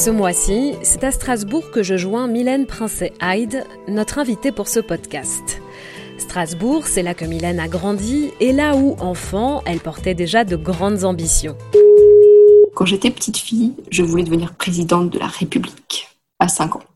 Ce mois-ci, c'est à Strasbourg que je joins Mylène Princet-Hyde, notre invitée pour ce podcast. Strasbourg, c'est là que Mylène a grandi et là où, enfant, elle portait déjà de grandes ambitions. Quand j'étais petite fille, je voulais devenir présidente de la République, à 5 ans.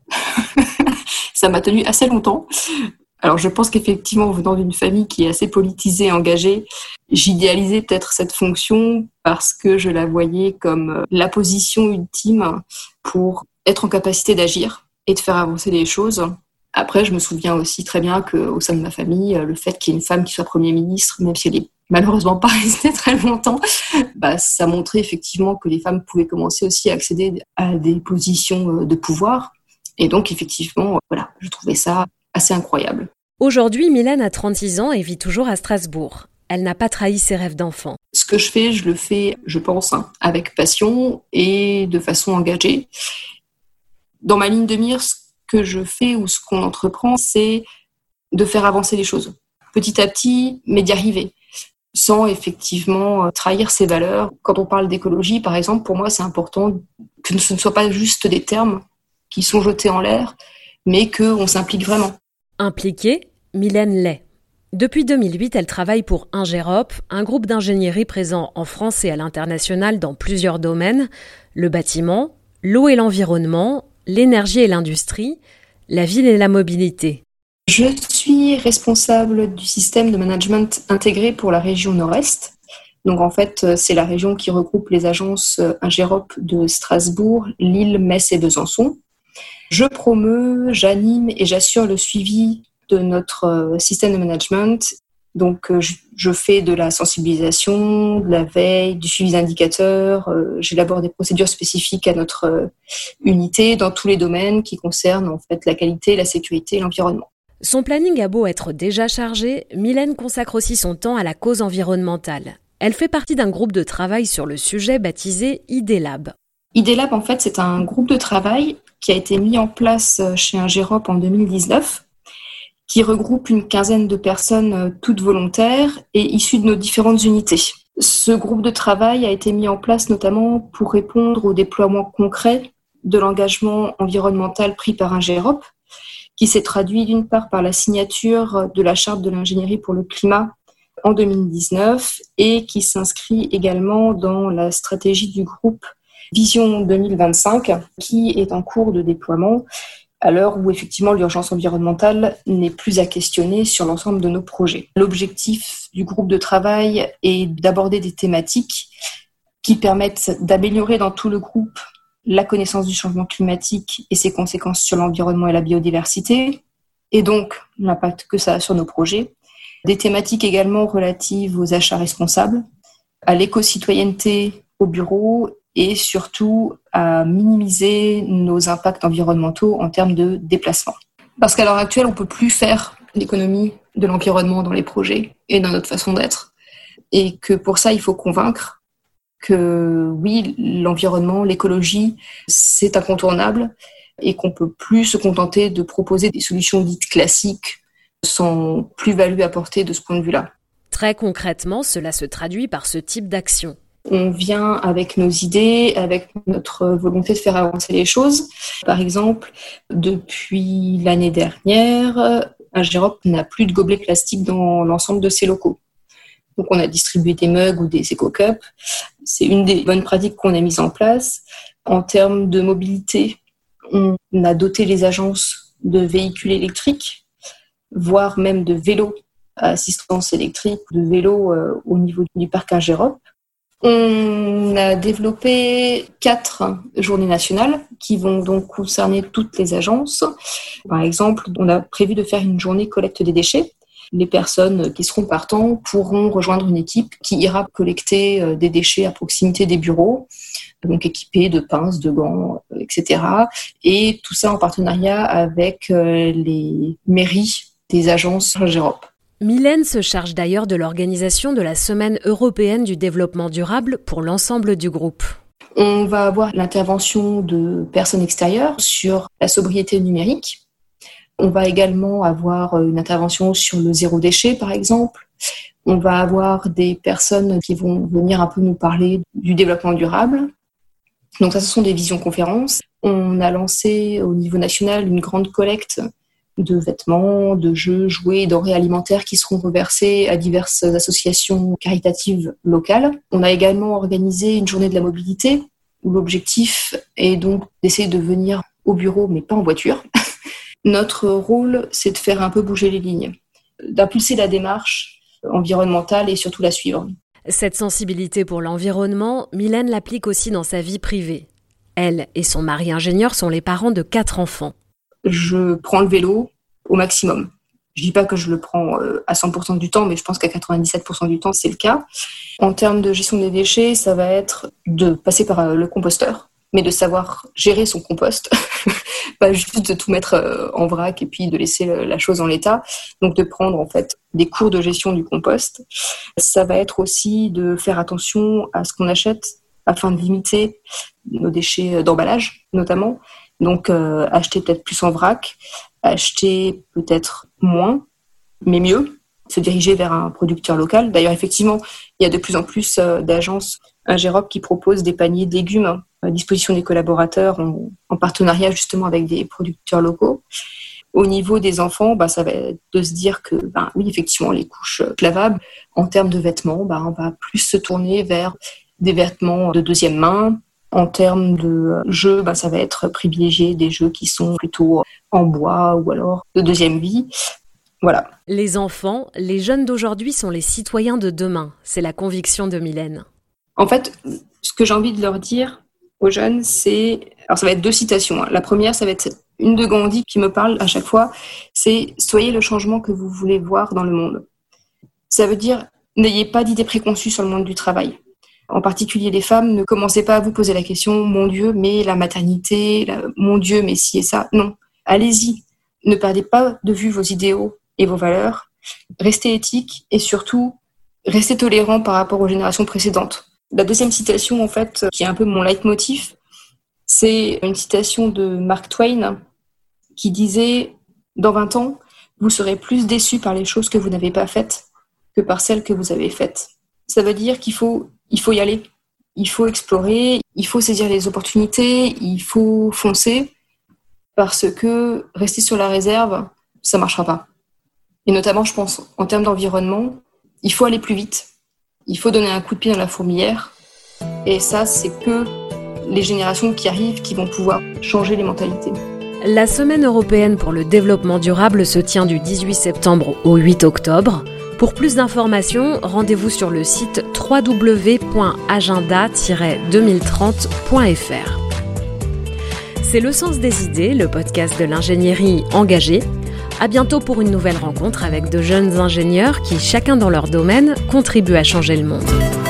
Ça m'a tenu assez longtemps. Alors je pense qu'effectivement, venant d'une famille qui est assez politisée et engagée, j'idéalisais peut-être cette fonction parce que je la voyais comme la position ultime pour être en capacité d'agir et de faire avancer les choses. Après, je me souviens aussi très bien qu'au sein de ma famille, le fait qu'il y ait une femme qui soit Premier ministre, même si elle n'est malheureusement pas restée très longtemps, ça montrait effectivement que les femmes pouvaient commencer aussi à accéder à des positions de pouvoir. Et donc, effectivement, je trouvais ça assez incroyable. Aujourd'hui, Mylène a 36 ans et vit toujours à Strasbourg. Elle n'a pas trahi ses rêves d'enfant. Ce que je fais, je le fais, je pense, avec passion et de façon engagée. Dans ma ligne de mire, ce que je fais ou ce qu'on entreprend, c'est de faire avancer les choses. Petit à petit, mais d'y arriver. Sans effectivement trahir ses valeurs. Quand on parle d'écologie, par exemple, pour moi, c'est important que ce ne soit pas juste des termes qui sont jetés en l'air, mais qu'on s'implique vraiment. Impliquée, Mylène l'est. Depuis 2008, elle travaille pour Ingerop, un groupe d'ingénierie présent en France et à l'international dans plusieurs domaines, le bâtiment, l'eau et l'environnement, l'énergie et l'industrie, la ville et la mobilité. Je suis responsable du système de management intégré pour la région Nord-Est. Donc en fait, c'est la région qui regroupe les agences Ingerop de Strasbourg, Lille, Metz et Besançon. Je promeus, j'anime et j'assure le suivi de notre système de management. Donc, je fais de la sensibilisation, de la veille, du suivi d'indicateurs. J'élabore des procédures spécifiques à notre unité dans tous les domaines qui concernent en fait la qualité, la sécurité et l'environnement. Son planning a beau être déjà chargé, Mylène consacre aussi son temps à la cause environnementale. Elle fait partie d'un groupe de travail sur le sujet baptisé IDELAB. IDELAB, en fait, c'est un groupe de travail qui a été mis en place chez Ingerop en 2019, qui regroupe une quinzaine de personnes toutes volontaires et issues de nos différentes unités. Ce groupe de travail a été mis en place notamment pour répondre au déploiement concret de l'engagement environnemental pris par Ingerop, qui s'est traduit d'une part par la signature de la Charte de l'ingénierie pour le climat en 2019 et qui s'inscrit également dans la stratégie du groupe Vision 2025, qui est en cours de déploiement à l'heure où effectivement l'urgence environnementale n'est plus à questionner sur l'ensemble de nos projets. L'objectif du groupe de travail est d'aborder des thématiques qui permettent d'améliorer dans tout le groupe la connaissance du changement climatique et ses conséquences sur l'environnement et la biodiversité, et donc l'impact que ça a sur nos projets. Des thématiques également relatives aux achats responsables, à l'éco-citoyenneté au bureau et surtout à minimiser nos impacts environnementaux en termes de déplacement. Parce qu'à l'heure actuelle, on ne peut plus faire l'économie de l'environnement dans les projets et dans notre façon d'être. Et que pour ça, il faut convaincre que oui, l'environnement, l'écologie, c'est incontournable et qu'on ne peut plus se contenter de proposer des solutions dites classiques sans plus-value apportée de ce point de vue-là. Très concrètement, cela se traduit par ce type d'action. On vient avec nos idées, avec notre volonté de faire avancer les choses. Par exemple, depuis l'année dernière, Ingerop n'a plus de gobelets plastiques dans l'ensemble de ses locaux. Donc on a distribué des mugs ou des éco-cups. C'est une des bonnes pratiques qu'on a mises en place. En termes de mobilité, on a doté les agences de véhicules électriques, voire même de vélos à assistance électrique, de vélos au niveau du parc Ingerop. On a développé 4 journées nationales qui vont donc concerner toutes les agences. Par exemple, on a prévu de faire une journée collecte des déchets. Les personnes qui seront partants pourront rejoindre une équipe qui ira collecter des déchets à proximité des bureaux, donc équipés de pinces, de gants, etc. Et tout ça en partenariat avec les mairies des agences Ingerop. Mylène se charge d'ailleurs de l'organisation de la Semaine européenne du développement durable pour l'ensemble du groupe. On va avoir l'intervention de personnes extérieures sur la sobriété numérique. On va également avoir une intervention sur le zéro déchet, par exemple. On va avoir des personnes qui vont venir un peu nous parler du développement durable. Donc ça, ce sont des visioconférences. On a lancé au niveau national une grande collecte de vêtements, de jeux, jouets et denrées alimentaires qui seront reversés à diverses associations caritatives locales. On a également organisé une journée de la mobilité où l'objectif est donc d'essayer de venir au bureau, mais pas en voiture. Notre rôle, c'est de faire un peu bouger les lignes, d'impulser la démarche environnementale et surtout la suivre. Cette sensibilité pour l'environnement, Mylène l'applique aussi dans sa vie privée. Elle et son mari ingénieur sont les parents de 4 enfants. Je prends le vélo au maximum. Je dis pas que je le prends à 100% du temps, mais je pense qu'à 97% du temps, c'est le cas. En termes de gestion des déchets, ça va être de passer par le composteur, mais de savoir gérer son compost, pas juste de tout mettre en vrac et puis de laisser la chose en l'état. Donc de prendre en fait des cours de gestion du compost. Ça va être aussi de faire attention à ce qu'on achète afin de limiter nos déchets d'emballage, notamment. Donc acheter peut-être plus en vrac, acheter peut-être moins, mais mieux, se diriger vers un producteur local. D'ailleurs, effectivement, il y a de plus en plus d'agences Ingerop qui proposent des paniers de légumes à disposition des collaborateurs en partenariat justement avec des producteurs locaux. Au niveau des enfants, ça va être de se dire que, oui, effectivement, les couches lavables, en termes de vêtements, on va plus se tourner vers des vêtements de deuxième main. En termes de jeux, ça va être privilégier des jeux qui sont plutôt en bois ou alors de deuxième vie. Voilà. Les enfants, les jeunes d'aujourd'hui sont les citoyens de demain. C'est la conviction de Mylène. En fait, ce que j'ai envie de leur dire aux jeunes, c'est... Alors ça va être 2 citations. La première, ça va être une de Gandhi qui me parle à chaque fois. C'est « Soyez le changement que vous voulez voir dans le monde ». Ça veut dire « N'ayez pas d'idées préconçues sur le monde du travail ». En particulier les femmes, ne commencez pas à vous poser la question « Mon Dieu, mais la maternité, mon Dieu, mais ci et ça ». Non, allez-y. Ne perdez pas de vue vos idéaux et vos valeurs. Restez éthique et surtout, restez tolérant par rapport aux générations précédentes. La deuxième citation, en fait, qui est un peu mon leitmotiv, c'est une citation de Mark Twain qui disait « Dans 20 ans, vous serez plus déçus par les choses que vous n'avez pas faites que par celles que vous avez faites. » Ça veut dire qu'il faut y aller, il faut explorer, il faut saisir les opportunités, il faut foncer, parce que rester sur la réserve, ça ne marchera pas. Et notamment, je pense, en termes d'environnement, il faut aller plus vite, il faut donner un coup de pied dans la fourmilière, et ça, c'est que les générations qui arrivent qui vont pouvoir changer les mentalités. La Semaine européenne pour le développement durable se tient du 18 septembre au 8 octobre. Pour plus d'informations, rendez-vous sur le site www.agenda-2030.fr. C'est Le Sens des idées, le podcast de l'ingénierie engagée. À bientôt pour une nouvelle rencontre avec de jeunes ingénieurs qui, chacun dans leur domaine, contribuent à changer le monde.